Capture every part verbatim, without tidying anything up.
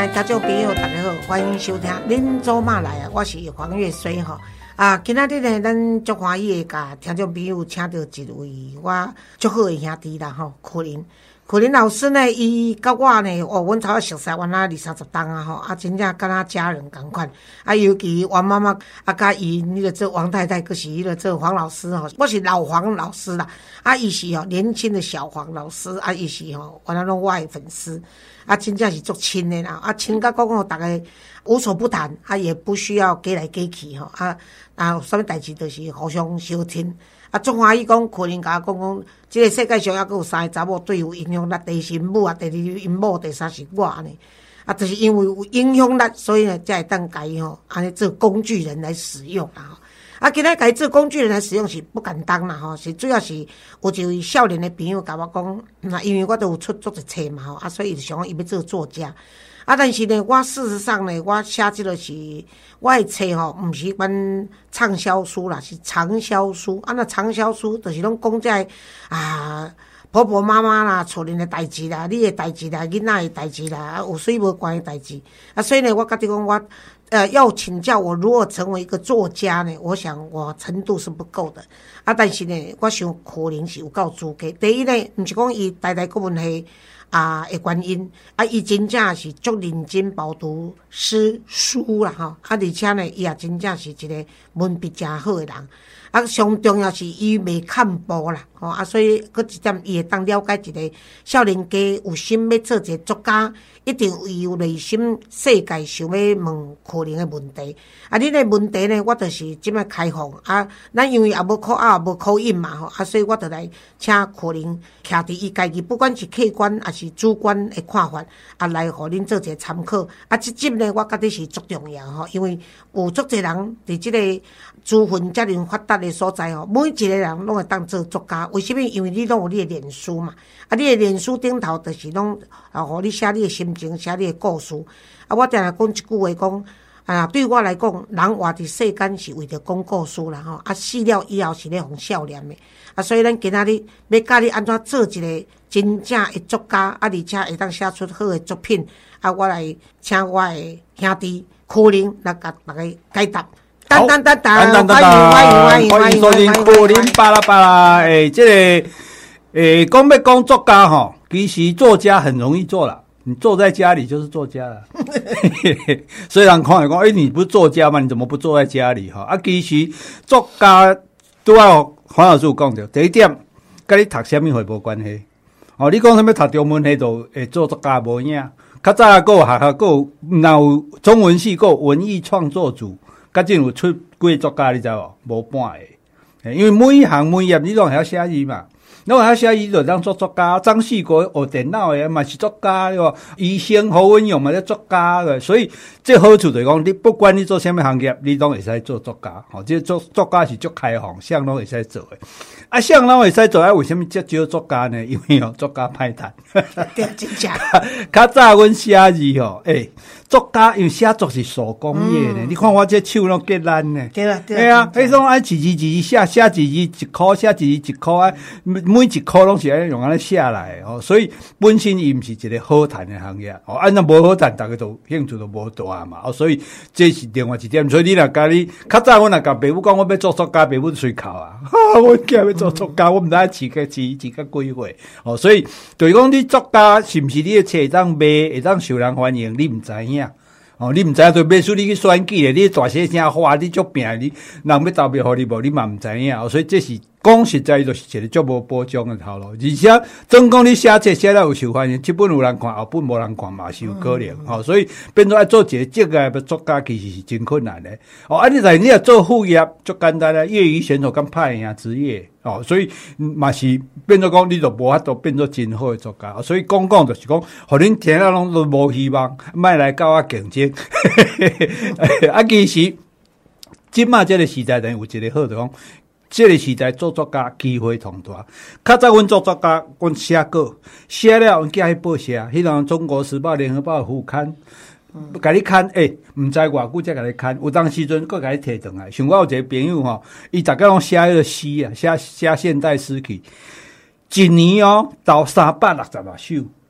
听众朋友大家好，欢迎收听恁祖妈来啊，我是黄月水吼。啊，今仔日呢，咱足欢喜的甲听众朋友请到一位我足好的兄弟啦吼，柯林。柯林老师呢，伊甲我呢，哦，阮差不多熟识，阮啊二三十档啊吼，啊真正敢若家人共款。啊，尤其王妈妈啊，甲伊那个做王太太，佫是迄个做黄老师吼，我是老黄老师啦。啊，伊是吼年轻的小黄老师，啊，伊是吼，原来拢我的粉丝。啊，真正是足亲的啦！啊，亲甲讲吼，大家无所不谈，啊，也不需要过来过去吼，啊啊，有啥物代志都是互相相亲。啊，足欢喜讲，可能甲我讲讲，即、这个世界上还佫有三个查某最有影响力，第一是因母啊，第二因某，第三是我安尼。啊，就是因为有影响力，所以呢，才会当家吼，安尼做工具人来使用啦吼。啊，今仔家做工具人来使用是不简单啦吼，是主要是有一位少年的朋友甲我讲，那因为我都有出足一册嘛吼，啊，所以就想伊要做作家。啊，但是呢，我事实上呢，我写即个是我的册吼，毋是阮畅销书啦，是长销书。啊，那长销书就是拢讲在啊婆婆妈妈啦、厝人的代志啦、你的代志啦、囡仔的代志啦，啊有水无关的代志。啊，所以呢，我觉得讲我。呃，要请教我如何成为一个作家呢？我想我程度是不够的啊，但是呢，我想可能是有够资格。第一呢，不是讲伊台大国文系啊的原因，啊，伊真正是足认真饱读诗书啦吼，啊，而且呢，伊也真正是一个文笔真好的人。啊，上重要是伊袂看步啦，吼啊，所以佫一点伊会当了解一个少年家有心要做一个作家，一定有内心世界想要问可能的问题。啊，你个问题呢，我就是即摆开放啊，咱因为也无考啊，也无考印嘛，吼啊，所以我就来请可能徛伫伊家己，不管是客观还是主观的看法，啊，来互恁做一个参考。啊，即集呢，我觉得是足重要吼，因为有足侪人伫即个资讯遮尔发达的所在吼，每一个人拢会当做作家。为什么？因为你拢有你的脸书嘛，啊，你的脸书顶头就是拢啊，互你写你的心情，写你的故事。啊，我定来讲一句话讲，啊，对我来讲，人活伫世间是为着讲故事啦吼，啊，死了以后是咧互笑脸的。啊，所以咱今仔日要教你安怎做一个真正的作家，啊，而且会当写出好的作品。啊，我来请我的兄弟柯林来甲大家解答。 好， 等等等等， 欢迎欢迎欢迎收听柯林巴拉巴拉。诶，这个诶，讲要讲作家吼，其实作家很容易做啦，你坐在家里就是作家了。虽然看来讲，诶，你不是作家吗？你怎么不坐在家里哈？啊，其实作家都要黄老师有讲到，第一点，跟你读什么会无关系。哦，你讲什么读中文系就会做作家无影。较早还有学校还有，若有中文系，还有文艺创作组。甲真有出几个作家，你知无？无半个，因为每一行每业你拢会晓写字嘛，拢会晓写字就当做作家。张世国学电脑的嘛是作家，对无？医生侯文勇嘛是作家的，所以这好处就是讲，你不管你做什么行业，你拢会使做作家。吼，这做作家是足开放，啥拢会使做的。啊，啥拢会使做，啊，为什么遮少作家呢？因为哦，作家歹谈。 对，真正。 较早阮写字吼，诶、欸。作家因为写作是手工业呢、嗯，你看我这手拢结烂呢。对啊，对啊，迄种按一字一字写，写一字一箍，写一字一箍啊，每一箍拢是安尼用安尼写来哦。所以本身伊毋是一个好谈的行业哦，按照无好谈，大家都兴趣都无大嘛。哦，所以这是另外一点。所以你若甲你较早，阮若甲爸母讲，我要做作家，爸母随口啊，哈，我囝要做作家，我毋知饲个饲饲个几岁哦。所以就是讲，你作家是毋是你的册会当卖，会当受人欢迎，你毋知影。哦，你毋知影对秘书你去选举咧，你大声声话，你足拼，你人要投票互你无，你嘛毋知影。哦，所以这是讲实在，就是一个足无保障的头路。而且，总讲你写册写了有受欢迎，这本有人看，后本无人看嘛是有可能。嗯、哦，所以变做爱做一个职业的作家，其实是真困难的。哦，啊，你在你若做副业，足简单啦，业余选手跟拍赢职业。哦，所以嘛是变做讲，你就无法度变做真好的作家。所以讲讲就是讲，互恁听了拢都无希望，莫来甲我竞争。啊，其实即马这个时代，等有一个好就讲，这个时代做作家机会同大。较早阮做作家，阮写稿写了，阮寄去报社，迄阵《中国时报》《联合报》副刊。甲你看，诶、欸，毋知偌久才甲你看，有当时阵佫甲你摕转来。像我有一个朋友吼，伊逐个拢写迄个诗啊，写写现代诗去，一年哦到三百六十六首。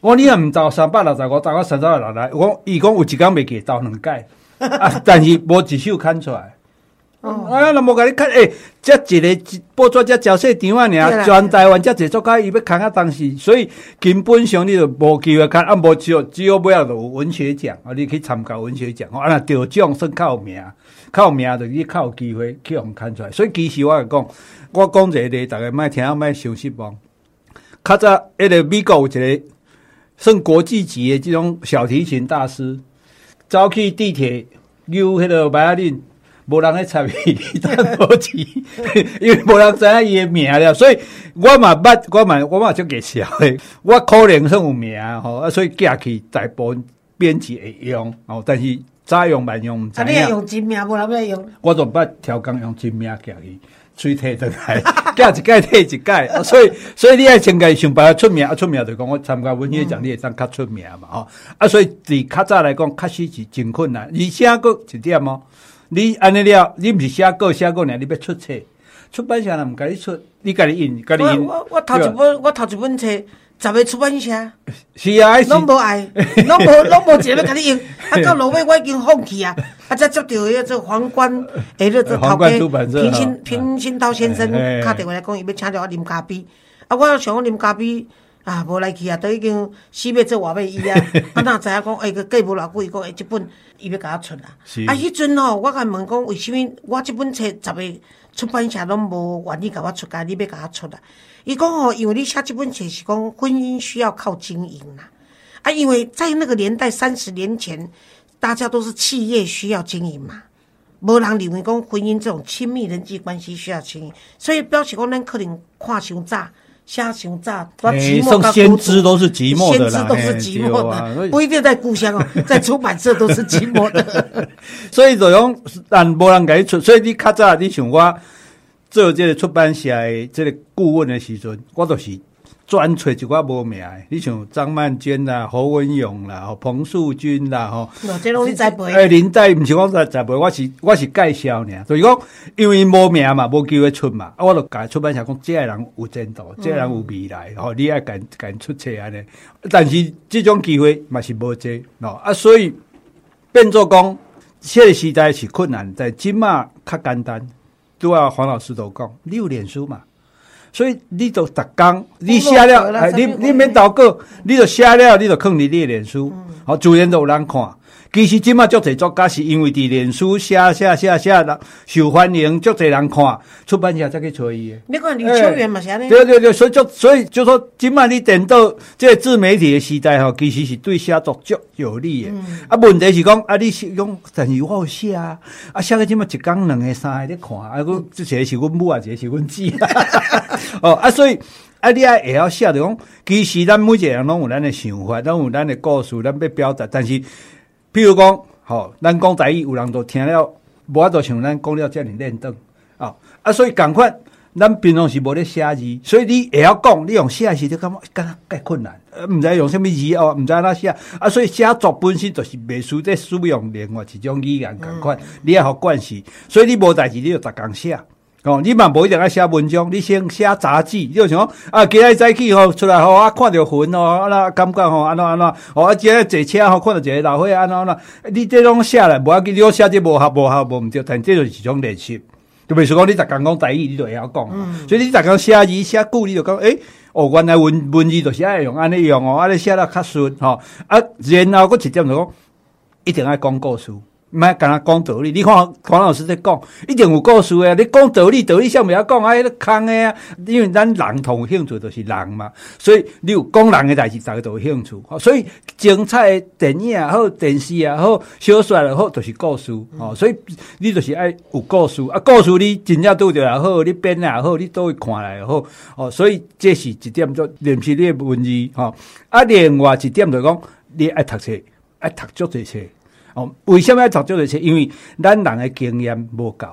我你若毋到三百六十五，到我三百六十来，我伊讲有一工袂记到两届，啊，但是无一首牵出来。哦，啊，若无甲你看，诶、欸，这一个报纸才交细场啊，尔，全台湾遮侪作家伊要看啊，当时，所以根本上你就无机会看，啊，无只有只有尾仔就有文学奖，啊，你去参加文学奖，啊，若得奖算较有名，较有名就你较有机会去互看出来。所以其实我来讲，我讲一个例，大家莫听啊，莫伤失望。较早迄个美国有一个算国际级的这种小提琴大师，走去地铁溜迄个白领。无人咧插伊，当无钱，因为无人知影伊诶名了，所以我嘛捌，我嘛我嘛足介绍诶，我可能算有名吼，啊，所以寄去大部分编辑会用，哦，但是早用晚用毋知影。啊， 你用真名，无人要用。 我就捌超工用真名寄伊，喙摕转来，寄一届摕一届，所以所以你爱先家想办法出名，啊出名就讲我参加文学奖，你会当较出名嘛，吼，啊，所以伫较早来讲，确实是真困难，而且佫一点哦。你安尼了，你毋是写稿写稿尔，你要出册，出版社若毋甲你出，你家己印，家己印。 我我头一本，我头一本册，十个出版社。 是啊， 拢无爱，拢无拢无一个要甲你用，啊到落尾我已经放弃啊，啊才接到迄个做皇冠，诶，迄个头家平新平新涛先生打电话来讲，伊要请着我啉咖啡，啊我想讲啉咖啡。啊，无来去啊，都已经四月做外尾伊啊，啊哪知影讲，诶、欸，过无偌久，伊讲，诶，即本伊要甲我出啊。啊，迄阵吼，我甲问讲，为什么我即本册十个出版社拢无愿意甲我出，甲你要甲我出啊？伊讲吼，因为你写即本册是讲婚姻需要靠经营啦。啊，因为在那个年代，三十年前，大家都是企业需要经营嘛，无人认为讲婚姻这种亲密人际关系需要经营，所以表示讲咱可能看伤早。瞎想炸，寂寞、欸、 先知都是寂寞的啦， 先知都是寂寞的，啊、不一定在故乡哦，在出版社都是寂寞的。 所以就讲，但无人甲你出，所以你较早你像我做这个出版社的这个顾问的时阵，我都是专找一寡无名的，你像张曼娟啦、侯文勇啦、彭树军啦，吼， 这拢你栽培。 诶，林黛毋是我栽栽培，我是我是介绍尔，就是讲，因为无名嘛，无机会出嘛，啊，我就甲出版社讲，这个人有前途，这个人有未来，吼、嗯，你爱甲甲出册安尼。但是这种机会嘛是无济，喏啊，所以变做讲，这个时代是困难，但今嘛较简单。拄啊，黄老师都讲，你有脸书嘛？所以你就逐工，你写了，哎，你你免投稿，你就写了，你就放伫你的脸书，好、嗯，自然就有人看。其实即马足侪作家是因为伫脸书写写写写人受欢迎，足侪人看，出版社才去找伊的。 你看吕秋远嘛是安尼。 对对对，所以就所以就说，即马你电脑这个自媒体的时代吼，其实是对写作足有利的。嗯、啊，问题是讲啊，你是讲，但是我有写啊，啊写个即马一工两个三个咧看，啊，我即一个是阮母啊，一个是阮姊。哦啊，所以啊，你爱会晓写着讲，其实咱每一个人拢有咱的想法，拢有咱的故事，咱要表达。但是，譬如讲，吼、哦，咱讲台语，有人都听了，无法度像咱讲了遮尔认真。哦啊，所以共款，咱平常时无咧写字，所以你会晓讲，你用写时就感觉敢若介困难，呃，毋知用什么字哦，毋知安怎写。啊，所以写作本身就是袂输在使用另外一种语言共款，嗯、你要互惯势，所以你无代志，你就逐工写。哦，你嘛无一定爱写文章，你先写杂志，你就想讲啊，今日早起吼出来吼，啊看到云哦，啊那感觉吼，安怎安怎，哦啊今日坐车吼看到一个老伙安怎安怎，你这种写来无要紧，你写这无效无效无毋对，但这就是一种练习，就袂说讲你逐工讲台语，你就会晓讲，嗯、所以你逐工写字写久，你就讲诶，哦原来文文字就是爱用安尼用哦，安尼写了较顺吼，啊然后佫一点就讲，一定爱讲故事。唔爱干那讲道理，你看黄老师在讲，一定有故事诶。你讲道理，道理啥物要讲啊？迄个空诶啊！因为咱人同有兴趣就是人嘛，所以你有讲人诶代志，大家都有兴趣。所以精彩诶电影也好，电视也好，小说也好，就是故事。哦，所以你就是爱有故事啊！故事你真正拄着也好，你编也好，你倒位看来也好。哦，所以这是一点做练习你诶文字。吼、哦，啊，另外一點就講，你愛讀冊，愛讀足濟冊。哦，為什麼要讀這個冊？因為咱人的經驗無夠，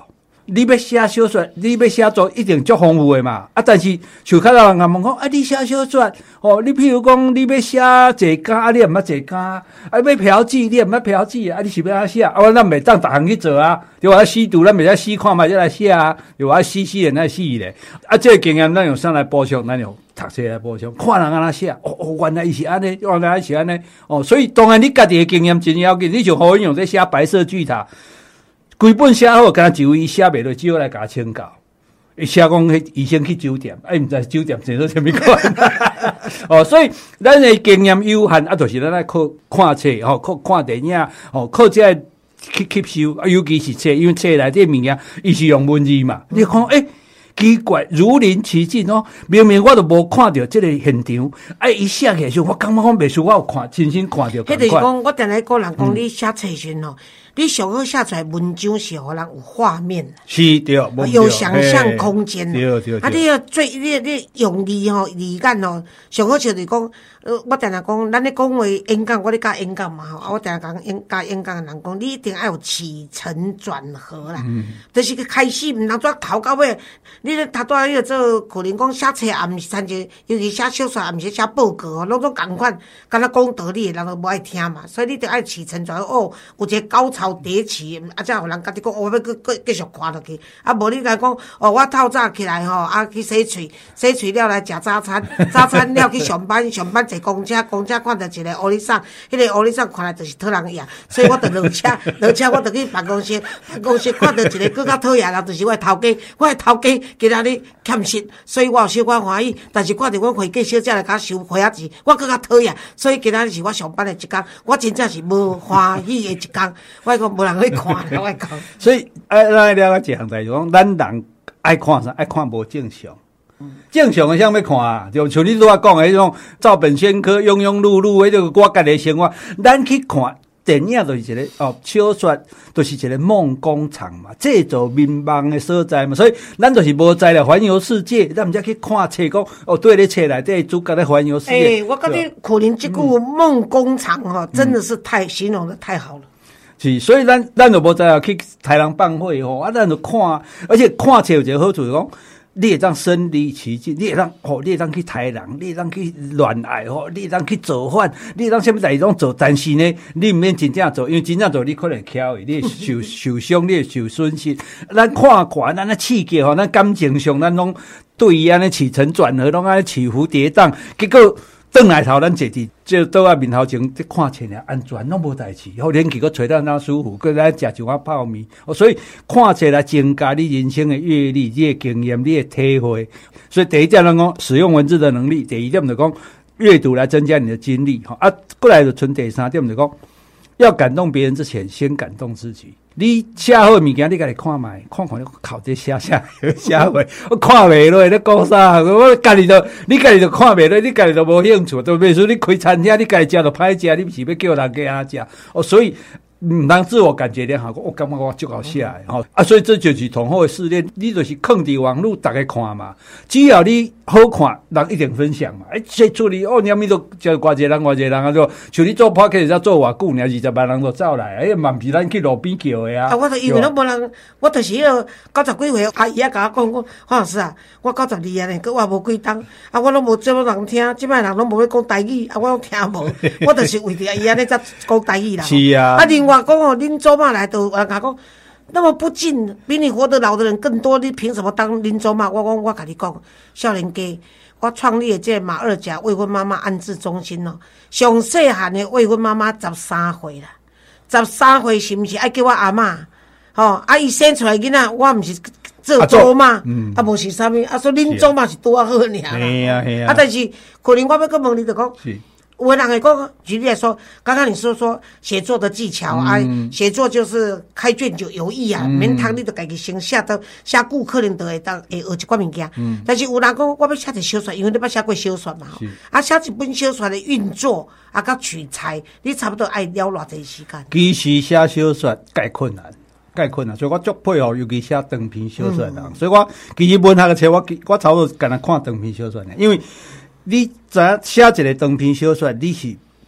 你要写小说，你要写作一定足丰富的嘛。啊，但是像较多人问讲，啊，你写小说，哦，你譬如讲，你要写坐家，啊，你也毋捌坐家，啊，要嫖妓，你也毋捌嫖妓啊，你是要安怎写？啊，咱袂当逐项去做啊，对吧？吸毒，咱袂使死看嘛，再来写啊，对吧？死死人来死咧。啊，这个经验咱用啥来补充？咱用读册来补充，看人安怎写。哦哦，原来伊是安尼，原来伊是安尼。哦，所以当然你家己的经验真要紧。你像何文勇在写白色巨塔。规本写好，敢一位伊写袂落，只好来甲请教。伊写讲，迄医生去酒店，哎，毋知酒店坐到啥物款。哦，所以咱的经验有限，啊，就是咱来靠看册，吼、哦，靠看电影，哦，靠这去吸收，啊，尤其是册，因为册内底物件，伊是用文字嘛。嗯、你看，诶、欸，奇怪，如临其境哦。明明我都无看到这个现场，哎，伊写起来时，我感觉我袂输，我有看，亲身看到。 迄就是讲，我定来个人讲，你写册时吼。你上好写出来文章是互人有画面， 是对， 有想象空间。 对对。 啊，你要最你你用字吼，语感吼，上好就是讲，呃，我定定讲，咱咧讲话演讲，我咧教演讲嘛吼，啊，我定定讲演教演讲的人讲，你一定要有起承转合啦，嗯、就是个开始，毋通做头到尾。你咧头拄仔迄个做，可能讲写册也毋是参照，尤其写小说也毋是写报告吼，拢总共款，敢若讲道理的人都无爱听嘛，所以你得爱起承转合。哦，有一个高潮。叠起，啊，才有人甲你讲，我要继继继续看落去。啊，无你来讲，哦，我透早起来吼，啊，去洗喙，洗喙了来食早餐，早餐了去上班，上班坐公车，公车看到一个乌里桑，迄个乌里桑看来就是讨人厌，所以我就落车，落车我就去办公室，办公室看到一个更较讨厌人，就是我的头家，我的头家今仔日欠薪，所以我有小可欢喜，但是看到阮会计小姐来甲收花仔钱，我更较讨厌，所以今仔日是我上班的一天，我真正是无欢喜的一天，我。无人去看，我讲。所以， 哎，咱了解一项代志，讲咱人爱看啥？爱看无正常。嗯、正常的啥要看啊？就像你拄仔讲的迄种照本宣科、庸庸碌碌，迄个我家己生活，咱去看电影就是一个哦，小说就是一个梦工厂嘛，制造民望的所在嘛。所以，咱就是无在了环游世界，咱毋则去看册讲哦，对咧册内底主角咧环游世界。 诶、欸，我觉得可能这句梦工厂哦，真的是太、嗯、形容的太好了。 是，所以咱咱就无知啊，去台人办会吼，啊，咱就看，而且看册有一个好处，讲你会当身临其境，你会当吼，你会当去台人，你会当去恋爱吼，你会当去造反，你会当啥物代志拢做，但是呢，你毋免真正做，因为真正做你可能翘去，你会受受伤，你会受损失。咱看看，咱咧刺激吼，咱感情上咱拢对伊安尼起承转合，拢安尼起伏跌宕，结果。转来头，咱坐伫这倒啊面头前，即看起来安全，拢无代志。好，连去个吹得咱舒服，搁来食一碗泡面。哦，所以看起来增加你人生的阅历、你的经验、你的体会。所以第一点，咱讲使用文字的能力；第二点就讲阅读来增加你的精力。好啊，过来就存第三点就讲，要感动别人之前，先感动自己。你写好物件，你家己看卖，看看你靠这写写写话，我看袂落，你讲啥？我家己就你家己就看袂落，你家己就无兴趣。就比如说你开餐厅，你家己食就歹食，你是要叫人家安食哦，所以。唔当自我感觉良好，我感觉我足好写诶吼啊，所以这就是同好的试炼，你就是放伫网络大家看嘛，只要你好看，人一定分享嘛。哎，这处理哦，你咪都叫偌济人，偌济人啊，就像你做 podcast 才做偌久，尔二十万人都走来，哎，嘛毋是咱去路边叫诶啊。啊， 我就因为拢无人，我就是迄个九十几岁阿姨啊，甲我讲讲，黄老师啊，我九十二啊呢，佮我无几当，啊，我拢无这么人听，即摆人拢无要讲台语，啊，我拢听无，我就是为着伊安尼才讲台语啦。 是啊。 啊，另外。讲哦，恁祖妈来都人家讲那么不敬，比你活得老的人更多，你凭什么当恁祖妈？我讲我跟你讲，少年家，我创立的这马二甲未婚妈妈安置中心哦，上细汉的未婚妈妈十三岁啦，十三岁是不是爱叫我阿嬷？吼、哦，啊，伊生出来囡仔，我毋是做祖妈，嗯、啊，无是啥物，啊，所以恁祖妈是拄啊好尔啦。 系啊系啊。 啊，但是可能我要佮问你，就讲。有的人会讲，举例来说，刚刚你说说写作的技巧、嗯、啊，写作就是开卷就有益啊，免通、嗯、你就家己先写到写久，可能就会当会学一寡物件。嗯，但是有人讲，我要写一小说，因为你捌写过小说嘛，啊，写一本小说的运作啊，甲取材，你差不多爱了偌济时间。 其实写小说介困难。介困难，所以我足配合，尤其写长篇小说的人、嗯，所以我其实文学的册，我我差不多干那看长篇小说的，因为。你知影写一个长篇小说，你是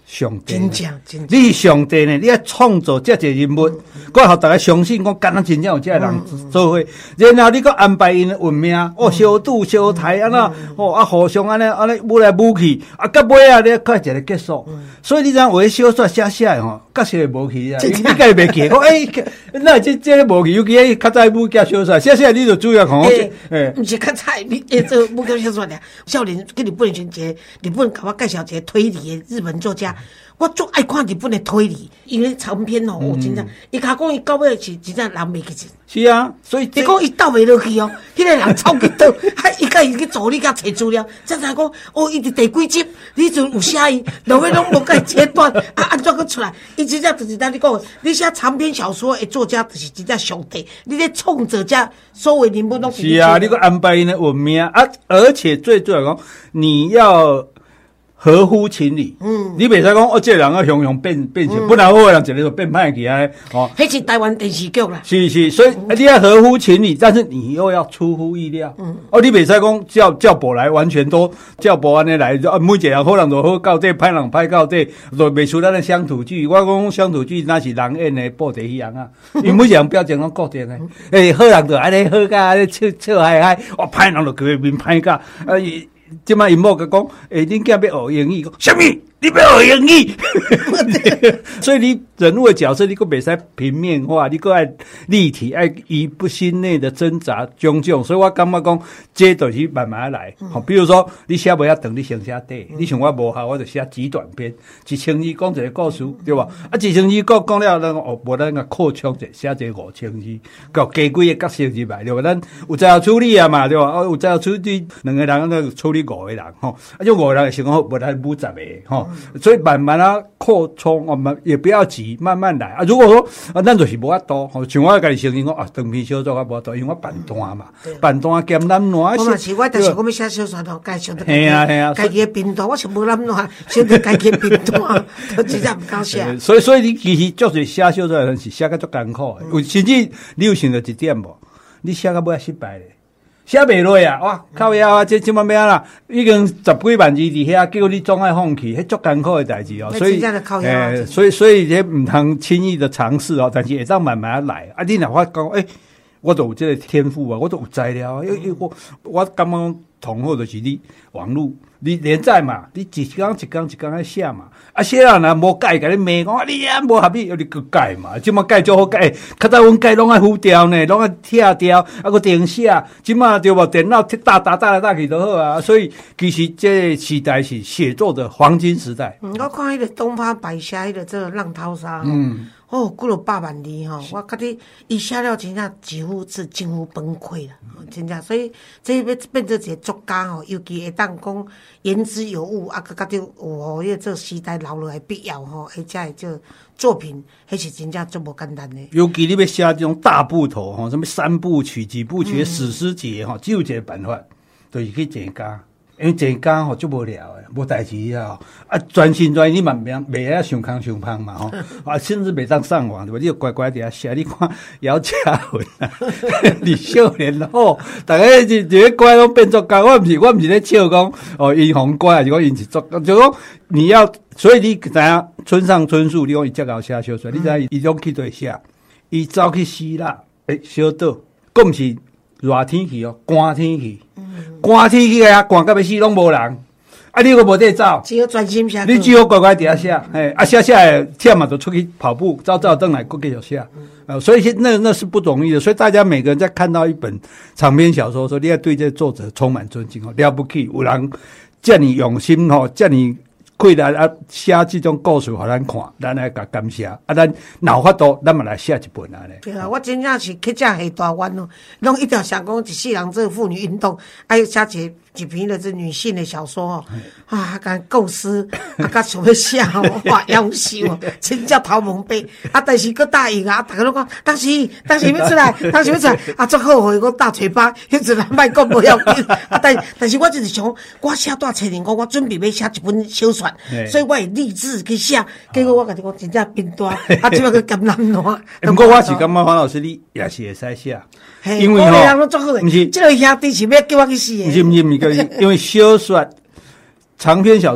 上帝， 真正真正， 你是上帝呢？你要创造这个人物，我互大家相信，讲敢若真正有这个人做伙，然后你搁安排因的运命，哦，相拄相抬安那，哦啊，互相安尼安尼舞来舞去，啊，到尾啊，你快一个结束。所以你知影画小说写写吼，确实会无去啊，你家己袂记，讲诶，那这这无去，尤其迄较早武侠小说写写，你就主要看诶，诶，毋是较早，你诶，这武侠小说俩，少年去日本时节，日本甲我介绍一个推理的日本作家。我足爱看日本的推理，因为长篇哦，我真正，伊甲讲伊到尾是真正人袂去去。 是啊，所以你讲伊斗袂落去哦，迄个人超级倒，还伊甲伊去助你甲找资料，才知讲哦，伊伫第几集，你就有写伊，落尾拢无甲伊切断，啊，安怎个出来？伊真正就是咱你讲，你写长篇小说的作家就是真正上帝，你咧创作者所有人物拢是啊，你个安排因的运命啊，而且最重要讲，你要。合乎情理，嗯，你袂使讲哦，这个人要雄雄变变成，本来好个人一个就变歹去啊，哦， 迄是台湾电视剧啦， 是是，所以、嗯、你要合乎情理，但是你又要出乎意料，嗯，哦，你袂使讲叫叫博来，完全都叫博安尼来，啊，每一个人好人就好到这，歹人歹到这，就袂出咱的乡土剧。我讲乡土剧那是人演的布袋戏样啊，因为每一个人表情拢固定的，诶、欸，好人就安尼好甲安尼笑笑嗨嗨，哦，歹人就叫面歹甲，啊。即摆因某甲讲，诶、欸，恁囝要学英语，讲什么？你要学英语，所以你人物的角色，你佫袂使平面化，你佫爱立体，爱以不心内的挣扎种种。所以我感觉讲，这就是慢慢来。好、嗯，比如说你写不要等，你先写短、嗯，你像我无效，我就写极短篇，一千字讲一个故事，嗯、对吧？啊，一千字讲讲了，咱哦，无咱个扩充者写一个五千字，搞加几个角色入来，对吧？咱有才处理啊嘛，对吧？哦，有才处理两个人，那处理五个人，吼，啊，就五个人想讲无咱五十个，吼。所以慢慢啊扩充，我们也不要急，慢慢来啊。如果说啊，咱就是无法度，像我家己承认讲啊，长篇小说我无法度，因为我办单嘛，办单兼咱暖。 我嘛是，我但是我要写小说吼，介绍得系啊系啊， 家己的频道，我是无咱暖，想得家己的频道，都真正唔敢写。 所以所以你其实就是写小说的人是写个足艰苦的，有甚至你有想到一点无？你写到尾失败咧。写袂落啊！哇，靠腰啊！这这么咩啦？已经十几万字伫遐，结果你总爱放弃，迄足艰苦的代志哦。所以，诶，所以所以这唔通轻易的尝试哦。但是会当慢慢来。啊，你若发讲，诶、欸，我都有这个天赋啊，我都有材料啊。因为我我感觉同好就是你网络，你连载嘛，你一天一天一天来写嘛。啊，写人若无改，甲你骂讲你啊无合理，你去改嘛。即马改就好改，较早阮改拢爱糊掉呢，拢爱拆掉，啊个定写。即马对无电脑打打打来打去都好啊。所以其实这个时代是写作的黄金时代。 嗯，我看迄个东方白虾，迄个这个浪淘沙， 嗯， 哦，过了百万字吼，我觉得伊写了真正几乎是近乎崩溃了，真正。所以这要变做一个作家吼，尤其会当讲言之有物，啊，佮觉得有迄个这个时代留落来必要吼，而且这作品，迄是真正足无简单的。 尤其你要写这种大部头吼，什么三部曲、几部曲、史诗级吼，只有一个办法，就是去增加。因为坐工吼足无聊诶，无代志啊，啊专心专意，你嘛袂袂晓上空上芳嘛吼，啊甚至袂当上网对吧？你就乖乖伫遐写，你看姚嘉文啊，李秀莲吼，大家就就咧乖拢变作家，我毋是我毋是咧笑讲哦，因红乖还是讲因是作，就讲你要，所以你知影村上春树，你讲伊遮贤写小说，你知影伊拢去对写，伊走去希腊诶小岛，佫毋是热天气哦，寒天气。寒天去啊，寒到要死拢无人，啊，你又无得走， 只有专心写， 你只好乖乖伫遐写，哎，啊，写写诶，忝嘛就出去跑步，走走回来，佫继续写，呃，所以那那是不容易的。所以大家每个人在看到一本长篇小说的时候，你要对这作者充满尊敬哦，了不起，有人遮尔用心吼，遮尔过来啊，写这种故事互咱看，咱来甲感谢。啊，咱脑法度，咱嘛来写一本啊咧。 对啊，我真正是去遮下大弯咯，拢一定想讲一世人做妇女运动，哎，写一一篇的这女性的小说哦，啊，甲构思，啊，甲想要写吼，哇，夭寿，真叫头毛白。啊，但是佫答应啊，大家拢讲，当时当时要出来，当时要出来，啊，足后悔我大嘴巴，迄阵啊，莫讲无要紧。啊，但但是我就是想，我写大册人讲，我准备要写一本小说。所以我会立志去写，结果我甲你讲真正变大，啊，即摆去甘南烂。 不过我是感觉黄老师你也是会使写， 因为吼，毋是，这个兄弟是要叫我去写。 毋是毋是毋是，因为小说长篇小说的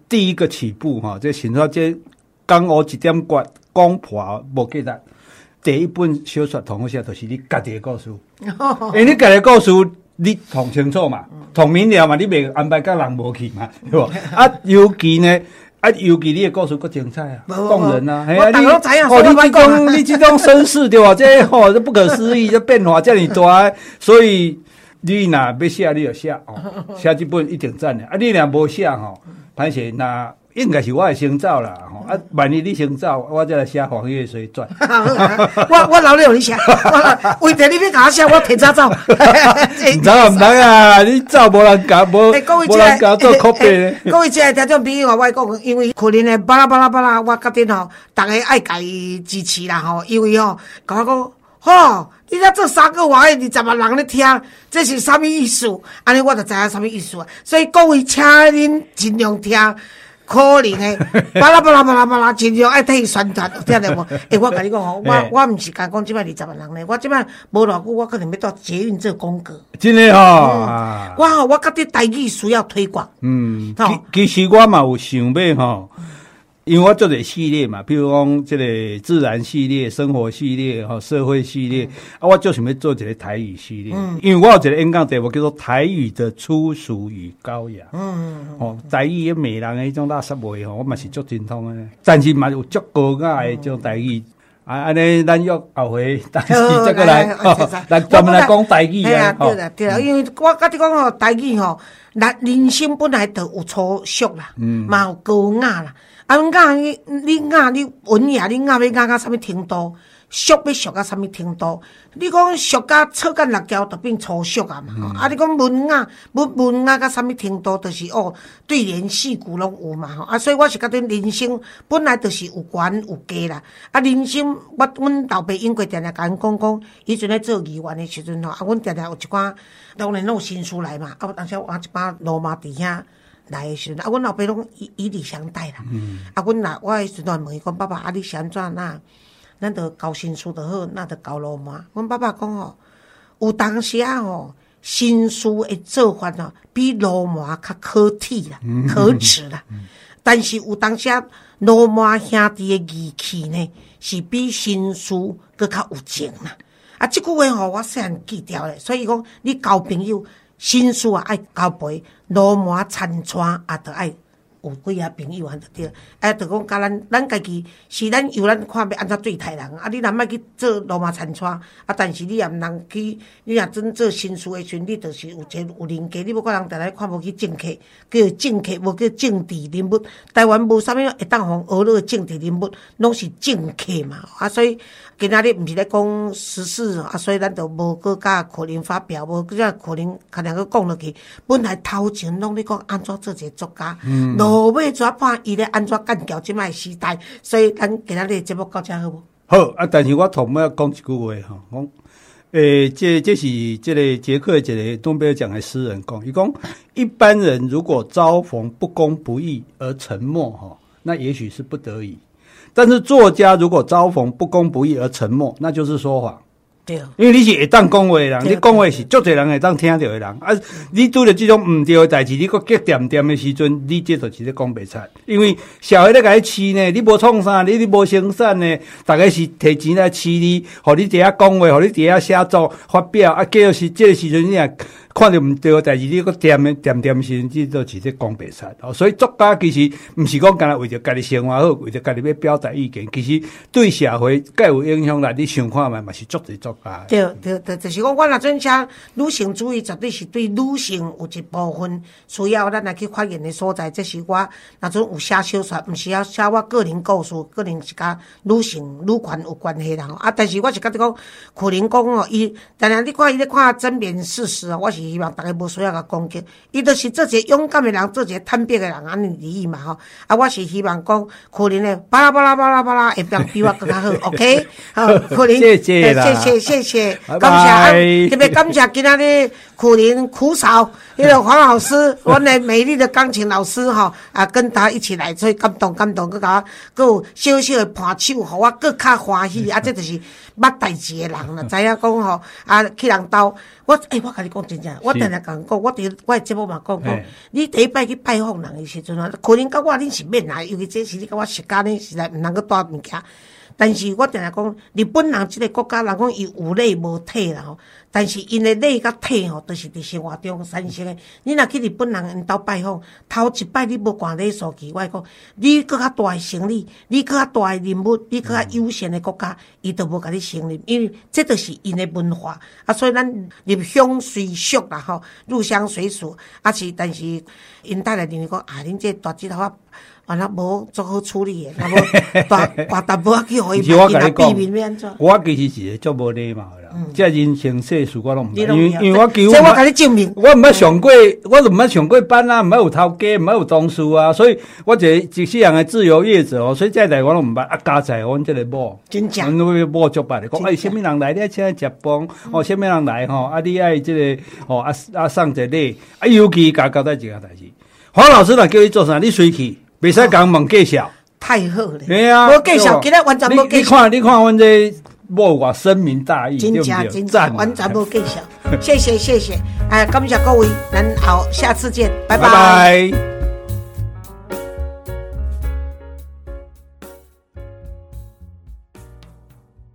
第一个起步哈，这新说这讲我一点决讲破无记得。第一本小说同写就是你家己的故事，因为你家己的故事你通清楚嘛，通明了嘛，你袂安排甲人无去嘛，对无？啊，尤其呢，啊，尤其你的故事更精彩啊，动人啊， 哎呀，你哦， 你这种你这种身世对吧？这吼这不可思议，这变化这么大，所以你若要写，你就写哦，写这本一定赞的。啊，你若无写吼，歹势那。应该是我会先走啦，吼啊！万一你先走，我再来写《黄月水传》。 我我留你你写，为着你要甲我写，我提早走。 唔得啊，唔得啊！你走无人教，无无人教做 copy 呢。 各位亲爱的听众朋友，我讲，因为可能呢，巴拉巴拉巴拉，我决定吼，大家爱家支持啦吼，因为吼，甲我讲，吼，你若做三个话，二十万人咧听，这是啥物意思？安尼我就知影啥物意思啊。所以各位，请恁尽量听。可能诶，巴拉巴拉巴拉巴拉，尽量爱替伊宣传，听到无？诶，我甲你讲吼，我我毋是讲讲即摆二十万人咧，我即摆无偌久，我可能要到捷运做广告。 真诶吼、哦嗯， 我吼，我觉得台语需要推广。嗯， 其其实我嘛有想要吼。因为我做者系列嘛，比如讲这个自然系列、生活系列、哈社会系列，啊，我就想要做一个台语系列。嗯，因为我有一个演讲题目叫做台语的粗俗与高雅。嗯嗯哦，台语的美人的迄种垃圾话吼，我嘛是足精通的，但是嘛有足高雅的种台语。啊，安尼咱约后回，但是这个来，来专门来讲台语啊。 对啦对啦，因为我甲你讲吼，台语吼，人人生本来就有粗俗啦，嘛有高雅啦。啊，雅你你雅你文雅，你雅要雅到啥物程度？俗要俗到啥物程度？你讲俗到草干辣椒，就变粗俗啊嘛！嗯、啊，你讲文雅，文文雅到啥物程度？就是哦，对联戏句拢有嘛！吼啊，所以我是觉得人生本来就是有悬有低啦。啊，人生我阮老爸因过定定甲阮讲讲，以前咧做议员的时阵吼，啊，阮定定有一寡当然拢有新书来嘛，啊，当时我一把罗马伫遐。来的时阵，啊，阮老爸拢以以礼相待啦。嗯、啊，阮若我迄时阵问伊讲，爸爸，啊，你是安怎那？咱着交新书就好，那着交罗马。阮爸爸讲吼，有当时啊吼，新书的做法吼，比罗马较可体啦，嗯、可耻啦。嗯、但是有当时啊，罗马兄弟的义气呢，是比新书搁较有情啦。啊，即句话吼，我细汉记牢咧。所以讲，你交朋友。新书啊，爱交陪，罗马参穿也得爱有几啊朋友安就对，啊，就讲甲咱咱家己是咱由咱看要安怎对待人，啊，你若莫去做罗马参穿，啊，但是你也毋通去，你若真做新书的时阵，你就是有一有人格，你要甲人定来看无去政客，叫政客，无叫政治人物。台湾无啥物会当互学了政治人物，拢是政客嘛，啊，所以。今仔日毋是咧讲时事啊，所以咱就无搁甲可能发表，无搁可能可能搁讲落去。本来头前拢咧讲安怎做一个作家，落尾怎判伊咧安怎干掉即摆时代，所以咱今仔日节目到遮好无？ 好啊，但是我同要讲一句话吼，讲诶，这这是这个捷克一个诺贝尔奖的诗人讲，伊讲一般人如果遭逢不公不义而沉默哈，那也许是不得已。但是作家如果遭逢不公不义而沉默，那就是说谎。对，因为你是会当讲话的人，你讲话是足侪人会当听到的人。啊，你拄着这种唔对的代志，你搁结点点的时阵，你这就是咧讲袂出。因为社会咧甲你饲呢，你无创啥，你你无生产呢，大概是摕钱来饲你，互你伫遐讲话，互你伫遐写作发表，啊，结果是这个时阵你也。看到唔对的代志，你个点的点点时，你都是在讲白出。哦，所以作家其实唔是讲干那为着家己生活好，为着家己要表达意见，其实对社会皆有影响啦。你想看嘛，嘛是足侪作家。 对对对，就是讲我若准写女性主义，绝对是对女性有一部分需要咱来去发言的所在。这是我若准有写小说，唔是要写我个人故事，个人是甲女性女权有关系啦。啊，但是我是觉得讲，可能讲哦，伊，当然你看伊咧看甄别事实啊，我是。希望大家无需要甲攻击，伊就是做一个勇敢的人，做一个坦白的人，安尼而已嘛吼。啊，我是希望讲，可能咧巴拉巴拉巴拉巴拉，会变比我更较好 ，OK？ 好，可能， 谢谢啦， 谢谢谢谢，感谢，特别感谢今仔日苦林苦嫂，那个黄老师，我那美丽的钢琴老师哈啊，跟他一起来，所以感动感动，佮甲佮有小小的伴手，互我佮较欢喜啊！这就是捌代志的人啦，知影讲吼啊，去人兜，我诶、欸，我甲你讲真正，我定定甲人讲，我伫我的节目嘛讲讲，你第一摆去拜访人的时阵啊，可能甲我恁是免来，尤其这时你甲我时间呢，实在毋通佮带物件。但是我定定讲，日本人即个国家，人讲伊有礼无体啦吼。但是因的礼甲体吼，都是伫生活中产生的。你若去日本人因兜拜访，头一摆你无挂礼数去，我讲，你搁较大的成立，你搁较大的人物，你搁较优先的国家，伊都无甲你承认，因为这都是因的文化啊。所以咱入乡随俗啦吼，入乡随俗啊是，但是因带来认为讲啊，恁这大指头啊。完了无做好处理的，那无大大淡薄仔去互伊，伊若避免要安怎？ 我其实是个足无礼貌的啦， 嗯、 这人生世事我拢唔，因为因为我求， 这我甲你证明， 我毋捌上过，我就毋捌上过班啊，毋捌有头家，毋捌有同事啊，所以我一个一世人的自由业者哦，所以这代我拢毋捌啊。加在阮这个某， 真正， 阮某足捌的，讲哎，什么人来你请食饭，哦，什么人来吼，啊，你爱这个哦，啊啊送一个礼，啊，尤其甲交代一件代志，黄老师若叫你做啥，你随去。袂使讲问介绍， 太好了。 对啊， 无介绍，今日完全无介绍。 你看，你看，阮这某我深明大义， 真正真正完全无介绍。谢谢谢谢，哎，感谢各位，咱好下次见，拜拜。 拜拜。